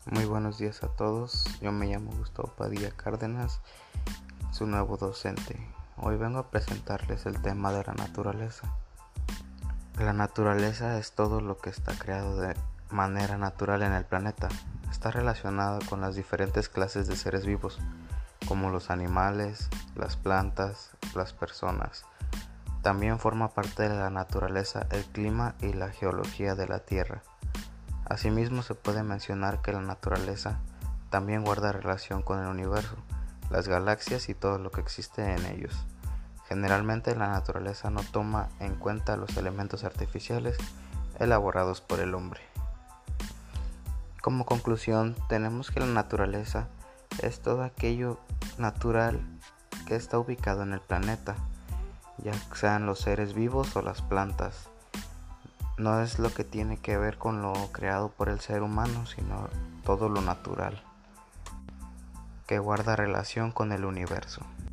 Muy buenos días a todos, yo me llamo Gustavo Padilla Cárdenas, su nuevo docente. Hoy vengo a presentarles el tema de la naturaleza. La naturaleza es todo lo que está creado de manera natural en el planeta. Está relacionado con las diferentes clases de seres vivos, como los animales, las plantas, las personas. También forma parte de la naturaleza el clima y la geología de la Tierra. Asimismo, se puede mencionar que la naturaleza también guarda relación con el universo, las galaxias y todo lo que existe en ellos. Generalmente la naturaleza no toma en cuenta los elementos artificiales elaborados por el hombre. Como conclusión, tenemos que la naturaleza es todo aquello natural que está ubicado en el planeta, ya sean los seres vivos o las plantas. No es lo que tiene que ver con lo creado por el ser humano, sino todo lo natural, que guarda relación con el universo.